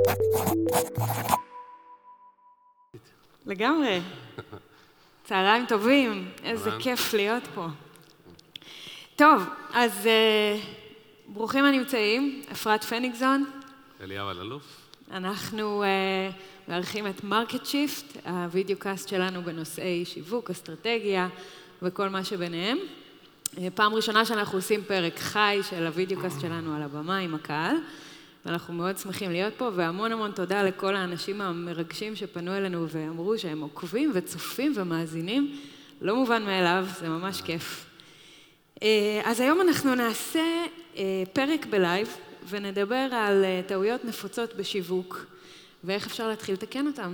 לגמרי. צהריים טובים, איזה כיף להיות פה. טוב, אז ברוכים הנמצאים, אפרת פניגזון. אליהו אלאלוף. אנחנו מארחים את מרקט שיפט, הוידאו קאסט שלנו בנושאי שיווק, אסטרטגיה וכל מה שביניהם. פעם ראשונה שאנחנו עושים פרק חי של הוידאו קאסט שלנו על הבמה עם הקהל, ואנחנו מאוד שמחים להיות פה, והמון המון תודה לכל האנשים המרגשים שפנו אלינו ואמרו שהם עוקבים וצופים ומאזינים. לא מובן מאליו, זה ממש כיף. אז היום אנחנו נעשה פרק בלייב, ונדבר על טעויות נפוצות בשיווק, ואיך אפשר להתחיל לתקן אותם.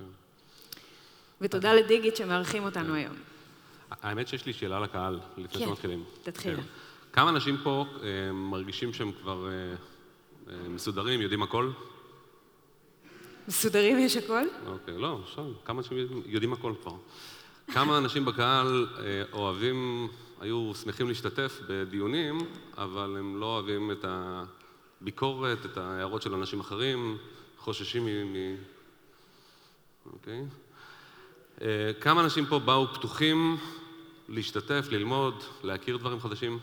ותודה לדיגיט שמארחים אותנו היום. האמת שיש לי שאלה לקהל, לפני שמתחילים. תתחיל. כמה אנשים פה מרגישים שהם כבר מסודרים, יודעים הכל? מסודרים יש הכל? אוקיי, לא, עכשיו, כמה אנשים יודעים הכל כבר. כמה אנשים בקהל אוהבים, היו שמחים להשתתף בדיונים, אבל הם לא אוהבים את הביקורת, את ההערות של אנשים אחרים, חוששים אוקיי. כמה אנשים פה באו פתוחים להשתתף, ללמוד, להכיר דברים חדשים?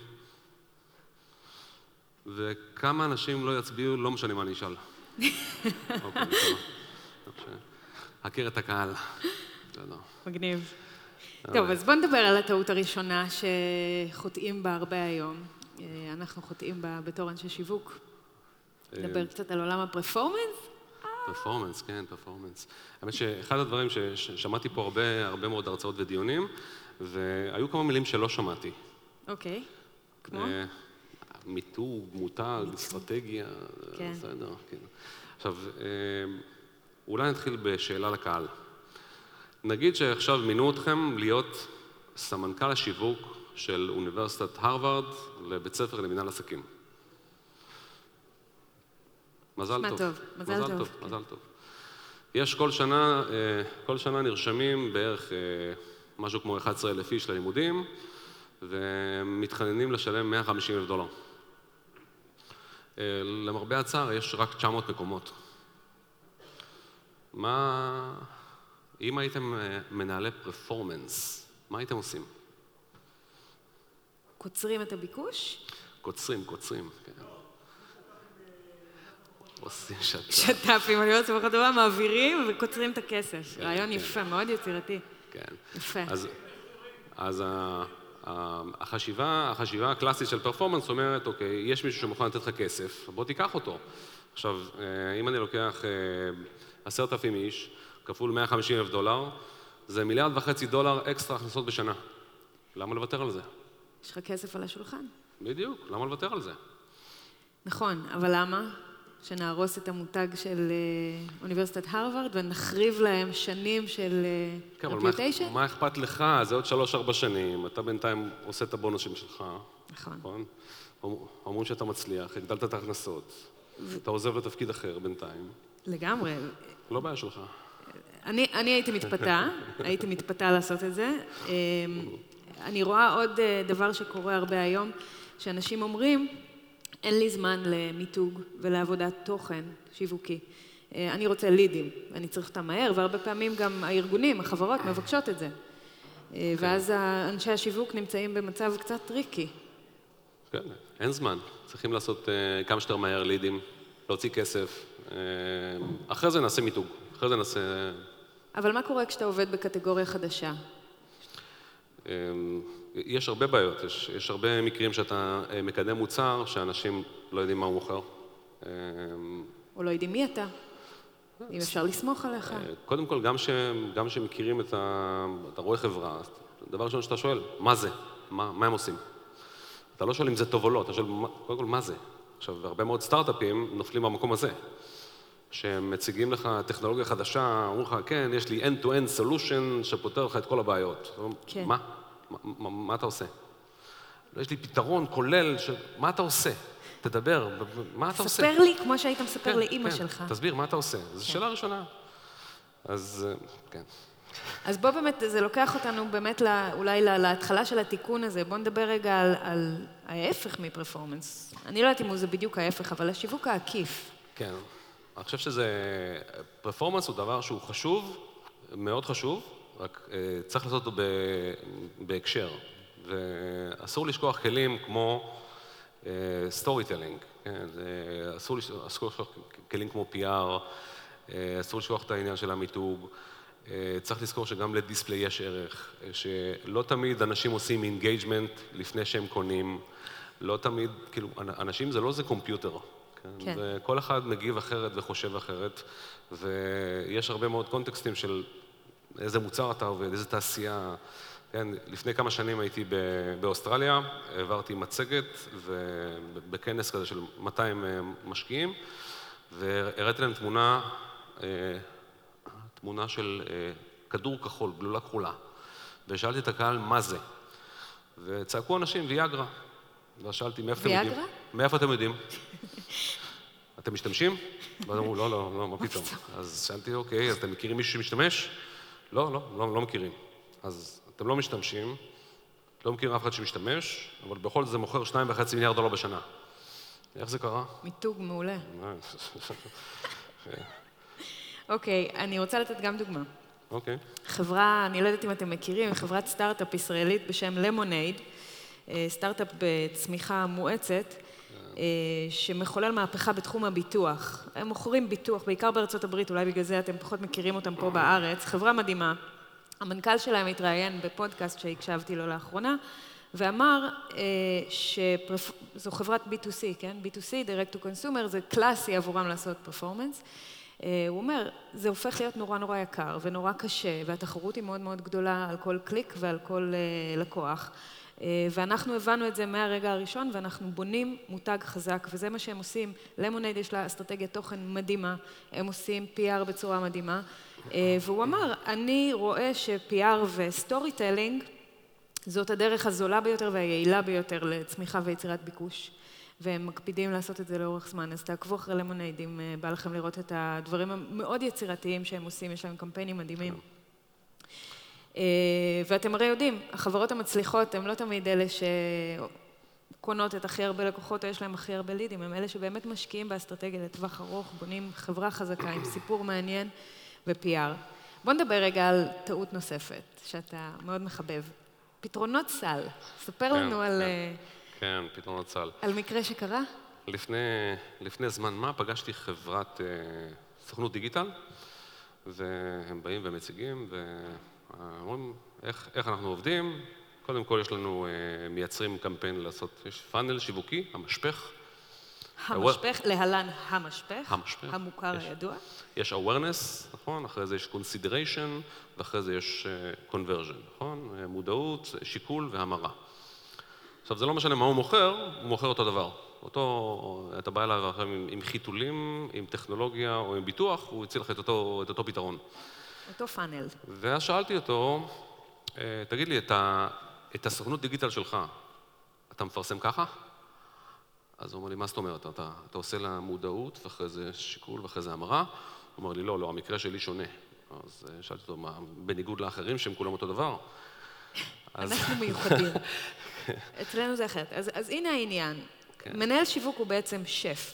וכמה אנשים לא יצביעו, לא משנה מה אני אשאל. אוקיי, בסדר. הכיר את הקהל. מגניב. טוב, אז בוא נדבר על הטעות הראשונה שחוטאים בה הרבה היום. אנחנו חוטאים בה בתור אנשי שיווק. נדבר קצת על עולם הפרפורמנס? פרפורמנס, כן, פרפורמנס. האמת שאחד הדברים ששמעתי פה הרבה מאוד הרצאות ודיונים, והיו כמה מילים שלא שמעתי. אוקיי, כמו? מיתוג, מותג, אסטרטגיה, בסדר, כן. עכשיו, אולי נתחיל בשאלה לקהל. נגיד שעכשיו מינו אתכם להיות סמנכ"ל השיווק של אוניברסיטת הרווארד לבית ספר למנהל עסקים. מזל טוב. מזל טוב. מזל טוב. יש כל שנה נרשמים בערך משהו כמו 11,000 איש ללימודים, ומתחננים לשלם $150,000. למרבה הצער יש רק 900 מקומות. אם הייתם מנהלי פרפורמנס, מה הייתם עושים? קוצרים את הביקוש? קוצרים, כן. עושים שטף. שטפים, אני לא שמחה טובה, מעבירים וקוצרים את הכסף. רעיון יפה, מאוד יצירתי. כן. יפה. אז החשיבה הקלאסית של פרפורמנס אומרת, אוקיי, יש מישהו שמוכן לתת לך כסף, בוא תיקח אותו. עכשיו, אם אני לוקח 10,000 איש, כפול $150,000, זה $1.5 אקסטרה הכנסות בשנה. למה לוותר על זה? יש לך כסף על השולחן. בדיוק, למה לוותר על זה? נכון, אבל למה? שנהרוס את המותג של אוניברסיטת הרווארד ונחריב להם שנים של רפיוטיישן? כן, אבל מה אכפת לך? זה עוד 3-4 שנים, אתה בינתיים עושה את הבונוסים שלך. נכון. אומרים שאתה מצליח, הגדלת את ההכנסות, אתה עוזב לתפקיד אחר בינתיים. לגמרי. לא בעיה שלך. אני הייתי מתפתה לעשות את זה. אני רואה עוד דבר שקורה הרבה היום, שאנשים אומרים, אין לי זמן למיתוג ולעבודת תוכן שיווקי. אני רוצה לידים, אני צריך אותם מהר, והרבה פעמים גם הארגונים, החברות מבקשות את זה. ואז אנשי השיווק נמצאים במצב קצת טריקי. כן, אין זמן. צריכים לעשות כמה שיותר מהר לידים, להוציא כסף. אחרי זה נעשה מיתוג, אחרי זה נעשה... אבל מה קורה כשאתה עובד בקטגוריה חדשה? יש הרבה בעיות, יש הרבה מקרים שאתה מקדם מוצר שאנשים לא יודעים מה הוא מוכר. או לא יודעים מי אתה, אם אפשר לסמוך עליך. קודם כל, גם שמכירים אתה רואה חברה, דבר ראשון שאתה שואל, מה זה? מה הם עושים? אתה לא שואל אם זה טוב או לא, אתה שואל, קודם כל, מה זה? עכשיו, הרבה מאוד סטארט-אפים נופלים במקום הזה. שמציגים לך טכנולוגיה חדשה, אומרים לך, כן, יש לי end-to-end solution שפותר לך את כל הבעיות. כן. מה אתה עושה? יש לי פתרון כולל מה אתה עושה? תדבר, מה אתה עושה? ספר לי כמו שהיית מספר לאמא שלך. תסביר, מה אתה עושה? זו שאלה ראשונה. אז, כן. אז בוא באמת, זה לוקח אותנו באמת אולי להתחלה של התיקון הזה. בוא נדבר רגע על ההפך מפרפורמנס. אני לא יודעת אם זה בדיוק ההפך, אבל השיווק העקיף. כן. אני חושב שזה, פרפורמנס הוא דבר שהוא חשוב, מאוד חשוב, רק צריך לעשות אותו בהקשר. ואסור לשכוח כלים כמו סטורי טלינג, אסור לשכוח כלים כמו PR, אסור לשכוח את העניין של המיתוג. צריך לזכור שגם לדיספליי יש ערך, שלא תמיד אנשים עושים אינגייג'מנט לפני שהם קונים, לא תמיד, כאילו, אנשים זה לא זה קומפיוטר. כן. וכל אחד מגיב אחרת וחושב אחרת, ויש הרבה מאוד קונטקסטים של איזה מוצר אתה עובד, איזה תעשייה. כן, לפני כמה שנים הייתי באוסטרליה, העברתי מצגת בכנס כזה של 200 משקיעים, והראיתי להם תמונה של כדור כחול, גלולה כחולה, ושאלתי את הקהל מה זה, וצעקו אנשים ויאגרה, ושאלתי מאיפה אתם יודעים? אתם משתמשים? ואז אמרו, לא, מה פתאום? אז שאלתי, אוקיי, אז אתם מכירים מישהו שמשתמש? לא מכירים. אז אתם לא משתמשים, לא מכירים אף אחד שמשתמש, אבל בכל זאת זה מוכר $2.5 מיליארד בשנה. איך זה קרה? מיתוג מעולה. אוקיי, אני רוצה לתת גם דוגמה. אוקיי. חברה, אני לא יודעת אם אתם מכירים, חברת סטארט-אפ ישראלית בשם למונייד, סטארט-אפ בצמיחה מואצת, שמחולל מהפכה בתחום הביטוח. הם מוכרים ביטוח, בעיקר בארצות הברית, אולי בגלל זה אתם פחות מכירים אותם פה בארץ. חברה מדהימה. המנכ"ל שלהם התראיין בפודקאסט שהקשבתי לו לאחרונה, ואמר שזו חברת B2C, כן? B2C, Direct to Consumer, זה קלאסי עבורם לעשות פרפורמנס. הוא אומר, זה הופך להיות נורא יקר ונורא קשה, והתחרות היא מאוד מאוד גדולה על כל קליק ועל כל לקוח. ואנחנו הבנו את זה מהרגע הראשון, ואנחנו בונים מותג חזק, וזה מה שהם עושים. למונייד יש לה אסטרטגיית תוכן מדהימה, הם עושים PR בצורה מדהימה, והוא אמר, אני רואה ש-PR וסטורי טלינג, זאת הדרך הזולה ביותר והיעילה ביותר לצמיחה ויצירת ביקוש, והם מקפידים לעשות את זה לאורך זמן, אז תעקבו אחרי למונייד אם בא לכם לראות את הדברים המאוד יצירתיים שהם עושים, יש להם קמפיינים מדהימים. ואתם הרי יודעים, החברות המצליחות הן לא תמיד אלה שקונות את הכי הרבה לקוחות, או יש להם הכי הרבה לידים, הם אלה שבאמת משקיעים באסטרטגיה לטווח ארוך, בונים חברה חזקה עם סיפור מעניין ו-PR. בוא נדבר רגע על טעות נוספת, שאתה מאוד מחבב. פתרונות סל. ספר לנו על... כן, פתרונות סל. על מקרה שקרה? לפני זמן מה פגשתי חברת סוכנות דיגיטל, והם באים ומציגים, אומרים, איך אנחנו עובדים? קודם כל יש לנו, מייצרים קמפיין לעשות, יש פאנל שיווקי, המשפך. המשפך, להלן המשפך, המוכר הידוע. יש awareness, נכון? אחרי זה יש consideration, ואחרי זה יש conversion, נכון? מודעות, שיקול והמרה. עכשיו, זה לא משנה מה הוא מוכר אותו דבר. אתה בא אליו עם חיתולים, עם טכנולוגיה או עם ביטוח, הוא יציל לך את אותו פתרון. אותו פאנל. ואז שאלתי אותו, תגיד לי, את הסוכנות דיגיטל שלך, אתה מפרסם ככה? אז הוא אומר לי, מה זאת אומרת? אתה עושה לה מודעות, ואחרי זה שיקול, ואחרי זה המרה? הוא אומר לי, לא, המקרה שלי שונה. אז שאלתי אותו, מה, בניגוד לאחרים שהם כולם אותו דבר? אנחנו מיוחדים. אצלנו זה אחרת. אז הנה העניין. מנהל שיווק הוא בעצם שף.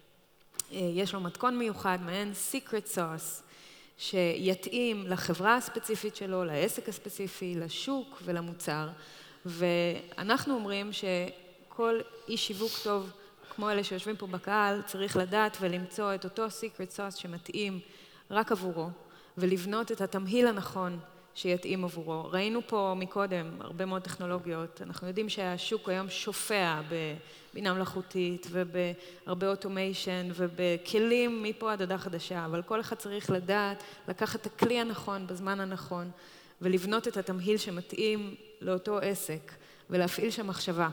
יש לו מתכון מיוחד, מעין secret sauce, שיתאים לחברה הספציפית שלו, לעסק הספציפי, לשוק ולמוצר. ואנחנו אומרים שכל איש שיווק טוב, כמו אלה שיושבים פה בקהל, צריך לדעת ולמצוא את אותו secret sauce שמתאים רק עבורו, ולבנות את התמהיל הנכון שיתאים עבורו. ראינו פה מקודם הרבה מאוד טכנולוגיות, אנחנו יודעים שהשוק היום שופע בבינה מלאכותית ובהרבה אוטומיישן ובכלים מפה עד הודעה חדשה, אבל כל אחד צריך לדעת, לקחת את הכלי הנכון בזמן הנכון ולבנות את התמהיל שמתאים לאותו עסק ולהפעיל שם מחשבה.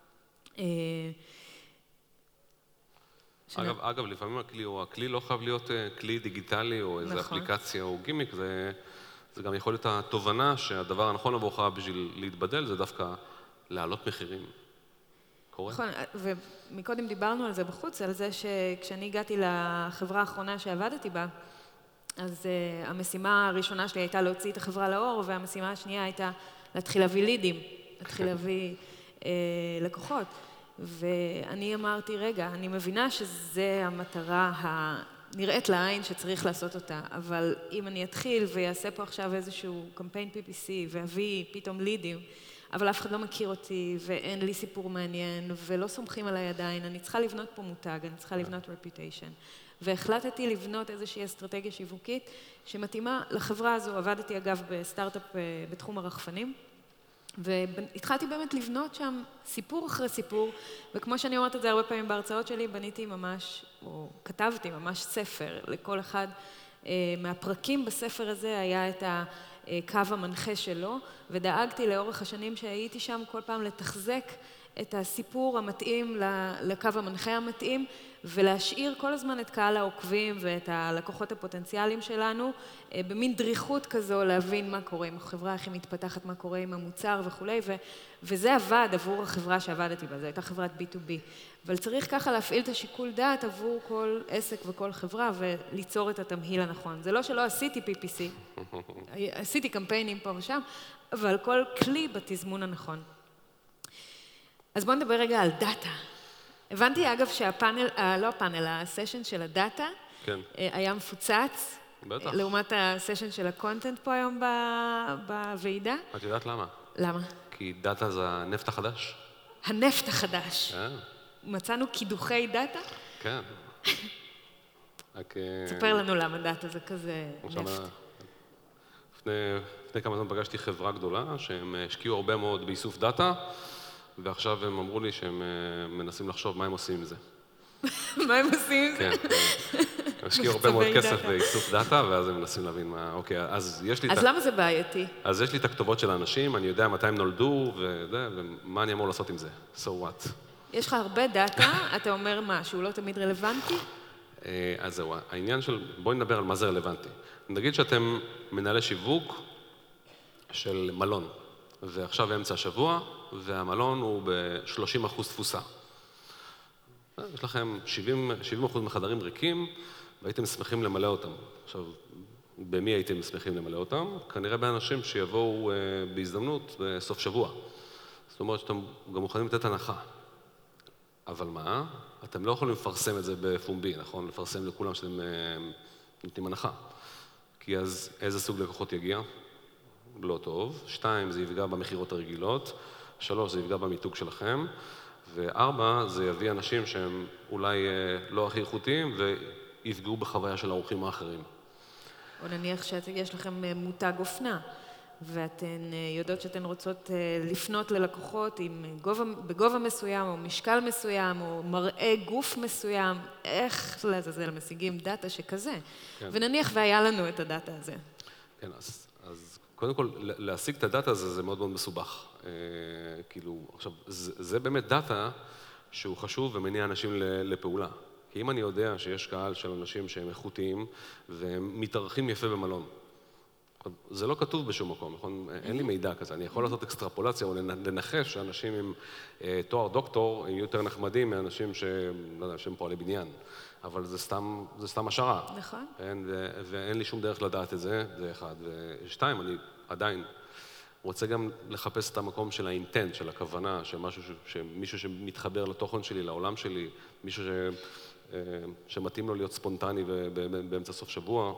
אגב, לפעמים הכלי לא חייב להיות כלי דיגיטלי או איזו אפליקציה או גימיק, זה גם יכול להיות התובנה שהדבר הנכון עבורך בשביל להתבדל, זה דווקא להעלות מחירים. קורה? נכון, ומקודם דיברנו על זה בחוץ, על זה שכשאני הגעתי לחברה האחרונה שעבדתי בה, אז המשימה הראשונה שלי הייתה להוציא את החברה לאור, והמשימה השנייה הייתה להתחיל להביא לידים, להתחיל להביא לקוחות. ואני אמרתי, רגע, אני מבינה שזה המטרה נראית לעין שצריך לעשות אותה, אבל אם אני אתחיל ויעשה פה עכשיו איזשהו קמפיין PPC ואביא פתאום לידים, אבל אף אחד לא מכיר אותי ואין לי סיפור מעניין ולא סומכים עליי עדיין, אני צריכה לבנות פה מותג, אני צריכה לבנות reputation. והחלטתי לבנות איזושהי אסטרטגיה שיווקית שמתאימה לחברה הזו. עבדתי אגב בסטארט-אפ בתחום הרחפנים, והתחלתי באמת לבנות שם סיפור אחרי סיפור, וכמו שאני אומרת את זה הרבה פעמים בהרצאות שלי, בניתי ממש, או כתבתי ממש ספר לכל אחד מהפרקים בספר הזה היה את הקו המנחה שלו, ודאגתי לאורך השנים שהייתי שם כל פעם לתחזק את הסיפור המתאים לקו המנחה המתאים, ולהשאיר כל הזמן את קהל העוקבים ואת הלקוחות הפוטנציאליים שלנו, במין דריכות כזו להבין מה קורה עם החברה, איך היא מתפתחת, מה קורה עם המוצר וכו'. וזה עבד עבור החברה שעבדתי בה, זו הייתה חברת B2B. אבל צריך ככה להפעיל את השיקול דעת עבור כל עסק וכל חברה, וליצור את התמהיל הנכון. זה לא שלא עשיתי PPC, עשיתי קמפיינים פה ושם, אבל כל כלי בתזמון הנכון. אז בואו נדבר רגע על דאטה. הבנתי אגב שהפאנל, לא הפאנל, הסשן של הדאטה, כן. היה מפוצץ, בטח. לעומת הסשן של הקונטנט פה היום בוועידה. את יודעת למה? למה? כי דאטה זה הנפט החדש. הנפט החדש. כן. מצאנו קידוחי דאטה? כן. רק... תספר לנו למה דאטה זה כזה עכשיו, נפט. לפני כמה זמן פגשתי חברה גדולה, שהם השקיעו הרבה מאוד באיסוף דאטה, ועכשיו הם אמרו לי שהם מנסים לחשוב מה הם עושים עם זה. מה הם עושים עם זה? כן, הם השקיעו הרבה מאוד כסף באיסוף דאטה, ואז הם מנסים להבין מה... אוקיי, אז יש לי... אז למה זה בעייתי? אז יש לי את הכתובות של האנשים, אני יודע מתי הם נולדו, ומה אני אמור לעשות עם זה. So what? יש לך הרבה דאטה, אתה אומר מה, שהוא לא תמיד רלוונטי? אז זהו, העניין של... בואי נדבר על מה זה רלוונטי. נגיד שאתם מנהלי שיווק של מלון, ועכשיו אמצע השבוע, והמלון הוא ב-30% תפוסה. יש לכם 70% מחדרים ריקים, והייתם שמחים למלא אותם. עכשיו, במי הייתם שמחים למלא אותם? כנראה באנשים שיבואו בהזדמנות בסוף שבוע. זאת אומרת שאתם גם מוכנים לתת הנחה. אבל מה? אתם לא יכולים לפרסם את זה בפומבי, נכון? לפרסם לכולם שאתם נותנים הנחה. כי אז איזה סוג לקוחות יגיע? לא טוב. 2, זה יפגע במחירות הרגילות. 3, זה יפגע במיתוג שלכם. ו4, זה יביא אנשים שהם אולי לא הכי איכותיים ויפגעו בחוויה של האורחים האחרים. או נניח שיש לכם מותג אופנה, ואתן יודעות שאתן רוצות לפנות ללקוחות בגובה מסוים, או משקל מסוים, או מראה גוף מסוים, איך לעזאזל משיגים דאטה שכזה. כן. ונניח והיה לנו את הדאטה הזה. כן, אז קודם כל, להשיג את הדאטה הזה זה מאוד מאוד מסובך. כאילו, עכשיו, זה באמת דאטה שהוא חשוב ומניע אנשים לפעולה. כי אם אני יודע שיש קהל של אנשים שהם איכותיים והם מתארחים יפה במלון, זה לא כתוב בשום מקום, נכון? אין לי מידע כזה. אני יכול לעשות אקסטרפולציה או לנחש שאנשים עם תואר דוקטור יהיו יותר נחמדים מאנשים שהם פועלי בניין. אבל זה סתם השערה. נכון. ואין לי שום דרך לדעת את זה, זה אחד. ו2, אני עדיין רוצה גם לחפש את המקום של האינטנט, של הכוונה, שמישהו שמתחבר לתוכן שלי, לעולם שלי, מישהו שמתאים לו להיות ספונטני באמצע סוף שבוע,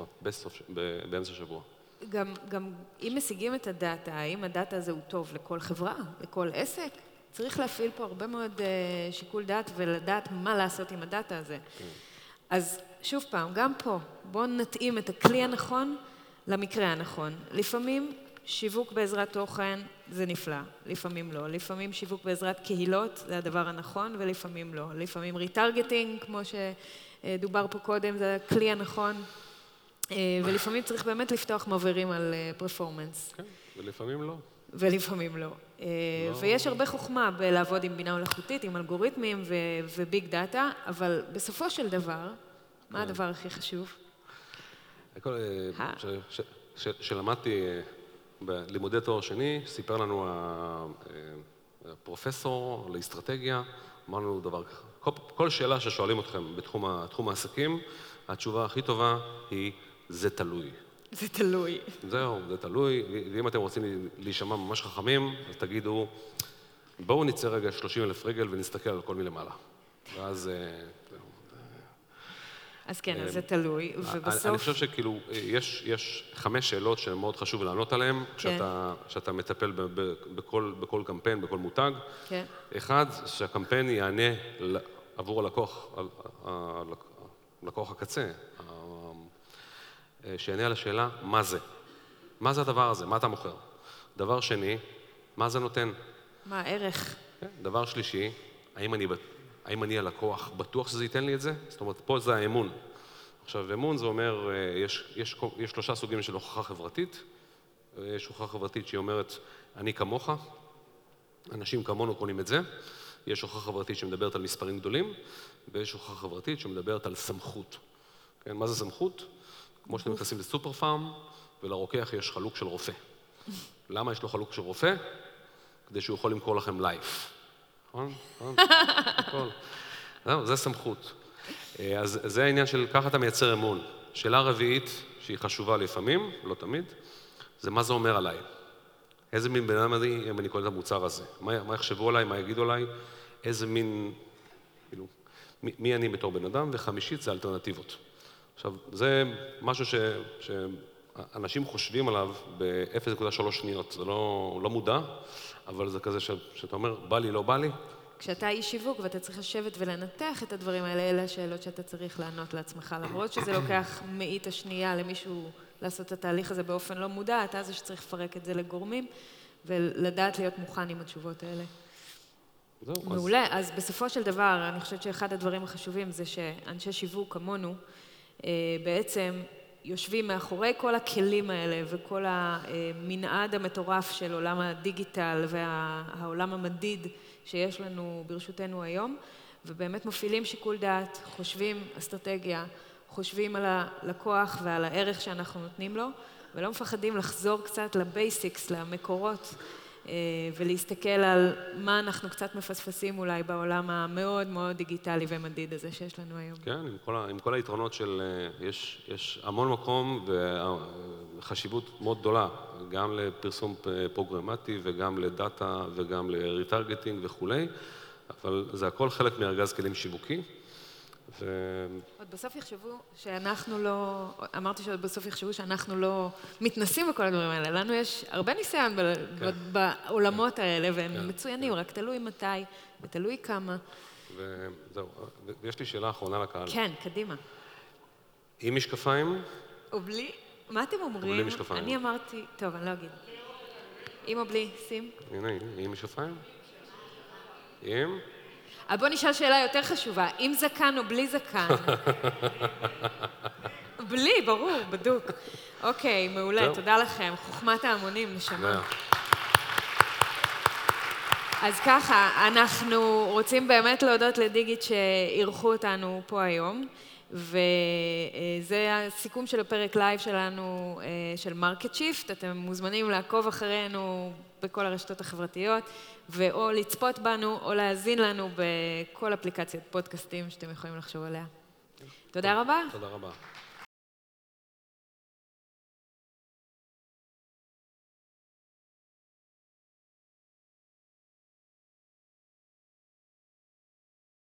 באמצע שבוע. גם אם משיגים את הדאטה, האם הדאטה הזה הוא טוב לכל חברה, לכל עסק, צריך להפעיל פה הרבה מאוד שיקול דעת ולדעת מה לעשות עם הדאטה הזה. אז שוב פעם, גם פה, בואו נתאים את הכלי הנכון למקרה הנכון. לפעמים שיווק בעזרת תוכן זה נפלא, לפעמים לא. לפעמים שיווק בעזרת קהילות זה הדבר הנכון ולפעמים לא. לפעמים ריטרגטינג, כמו שדובר פה קודם, זה הכלי הנכון. ולפעמים צריך באמת לפתוח מבהרים על פרפורמנס. כן, ולפעמים לא. ולפעמים לא. ויש הרבה חוכמה בלעבוד עם בינה מלאכותית, עם אלגוריתמים וביג דאטה, אבל בסופו של דבר, מה הדבר הכי חשוב? שלמדתי בלימודי תואר שני, סיפר לנו הפרופסור לאסטרטגיה, אמר לנו דבר ככה. כל שאלה ששואלים אתכם בתחום העסקים, התשובה הכי טובה היא, זה תלוי. זה תלוי. זהו, זה תלוי, ואם אתם רוצים להישמע ממש חכמים, אז תגידו, בואו נצא רגע 30,000 רגל ונסתכל על כל מלמעלה. ואז... אז כן, אז זה תלוי, ובסוף... אני חושב שכאילו, יש 5 שאלות שמאוד חשוב לענות עליהן, כשאתה מטפל בכל קמפיין, בכל מותג. כן. אחד, שהקמפיין יענה עבור לקוח הקצה, שיענה על השאלה, מה זה? מה זה הדבר הזה? מה אתה מוכר? דבר שני, מה זה נותן? מה הערך? דבר שלישי, האם אני הלקוח בטוח שזה ייתן לי את זה? זאת אומרת, פה זה האמון. עכשיו, אמון זה אומר, יש 3 סוגים של הוכחה חברתית. יש הוכחה חברתית שהיא אומרת, אני כמוך, אנשים כמונו קונים את זה. יש הוכחה חברתית שמדברת על מספרים גדולים, ויש הוכחה חברתית שמדברת על סמכות. כן, מה זה סמכות? כמו שאתם נכנסים לסופר פארם, ולרוקח יש חלוק של רופא. למה יש לו חלוק של רופא? כדי שהוא יכול למכור לכם לייף. נכון? זהו, זה סמכות. אז זה העניין של ככה אתה מייצר אמון. שאלה רביעית, שהיא חשובה לפעמים, לא תמיד, זה מה זה אומר עליי. איזה מין בן אדם אם אני קונה את המוצר הזה? מה יחשבו עליי, מה יגידו עליי? איזה מין, כאילו, מי אני בתור בן אדם? וחמישית זה אלטרנטיבות. עכשיו, זה משהו שאנשים חושבים עליו ב-0.3 שניות. זה לא מודע, אבל זה כזה שאתה אומר, בא לי, לא בא לי. כשאתה איש שיווק ואתה צריך לשבת ולנתח את הדברים האלה, אלה השאלות שאתה צריך לענות לעצמך, למרות שזה לוקח מאית השנייה למישהו לעשות את התהליך הזה באופן לא מודע, אתה זה שצריך לפרק את זה לגורמים, ולדעת להיות מוכן עם התשובות האלה. מעולה, אז בסופו של דבר, אני חושבת שאחד הדברים החשובים זה שאנשי שיווק כמונו, בעצם יושבים מאחורי כל הכלים האלה וכל המנעד המטורף של עולם הדיגיטל והעולם המדיד שיש לנו ברשותנו היום, ובאמת מפעילים שיקול דעת, חושבים אסטרטגיה, חושבים על הלקוח ועל הערך שאנחנו נותנים לו, ולא מפחדים לחזור קצת לבייסיקס, למקורות, ולהסתכל על מה אנחנו קצת מפספסים אולי בעולם המאוד מאוד דיגיטלי ומדיד הזה שיש לנו היום. כן, עם כל היתרונות של, יש המון מקום וחשיבות מאוד גדולה, גם לפרסום פרוגרמטי וגם לדאטה וגם לריטרגטינג וכולי, אבל זה הכל חלק מארגז כלים שיווקי. עוד בסוף יחשבו שאנחנו לא, אמרתי שעוד בסוף יחשבו שאנחנו לא מתנסים בכל הדברים האלה. לנו יש הרבה ניסיון בעולמות האלה, והם מצוינים, רק תלוי מתי ותלוי כמה. וזהו, ויש לי שאלה אחרונה לקהל. כן, קדימה. עם משקפיים? או בלי? מה אתם אומרים? או בלי משקפיים. אני אמרתי, טוב, אני לא אגיד. עם או בלי, שים. הנה, עם משקפיים? עם? בוא נשאל שאלה יותר חשובה, עם זקן או בלי זקן? בלי, ברור, בדוק. אוקיי, מעולה, תודה לכם. חוכמת ההמונים, נשמה. אז ככה, אנחנו רוצים באמת להודות לדיגיט שאירחו אותנו פה היום, וזה הסיכום של הפרק לייב שלנו של מרקט שיפט. אתם מוזמנים לעקוב אחרינו בכל הרשתות החברתיות, ואו לצפות בנו או להאזין לנו בכל אפליקציית פודקאסטים שאתם יכולים לחשוב עליה. תודה רבה. תודה רבה.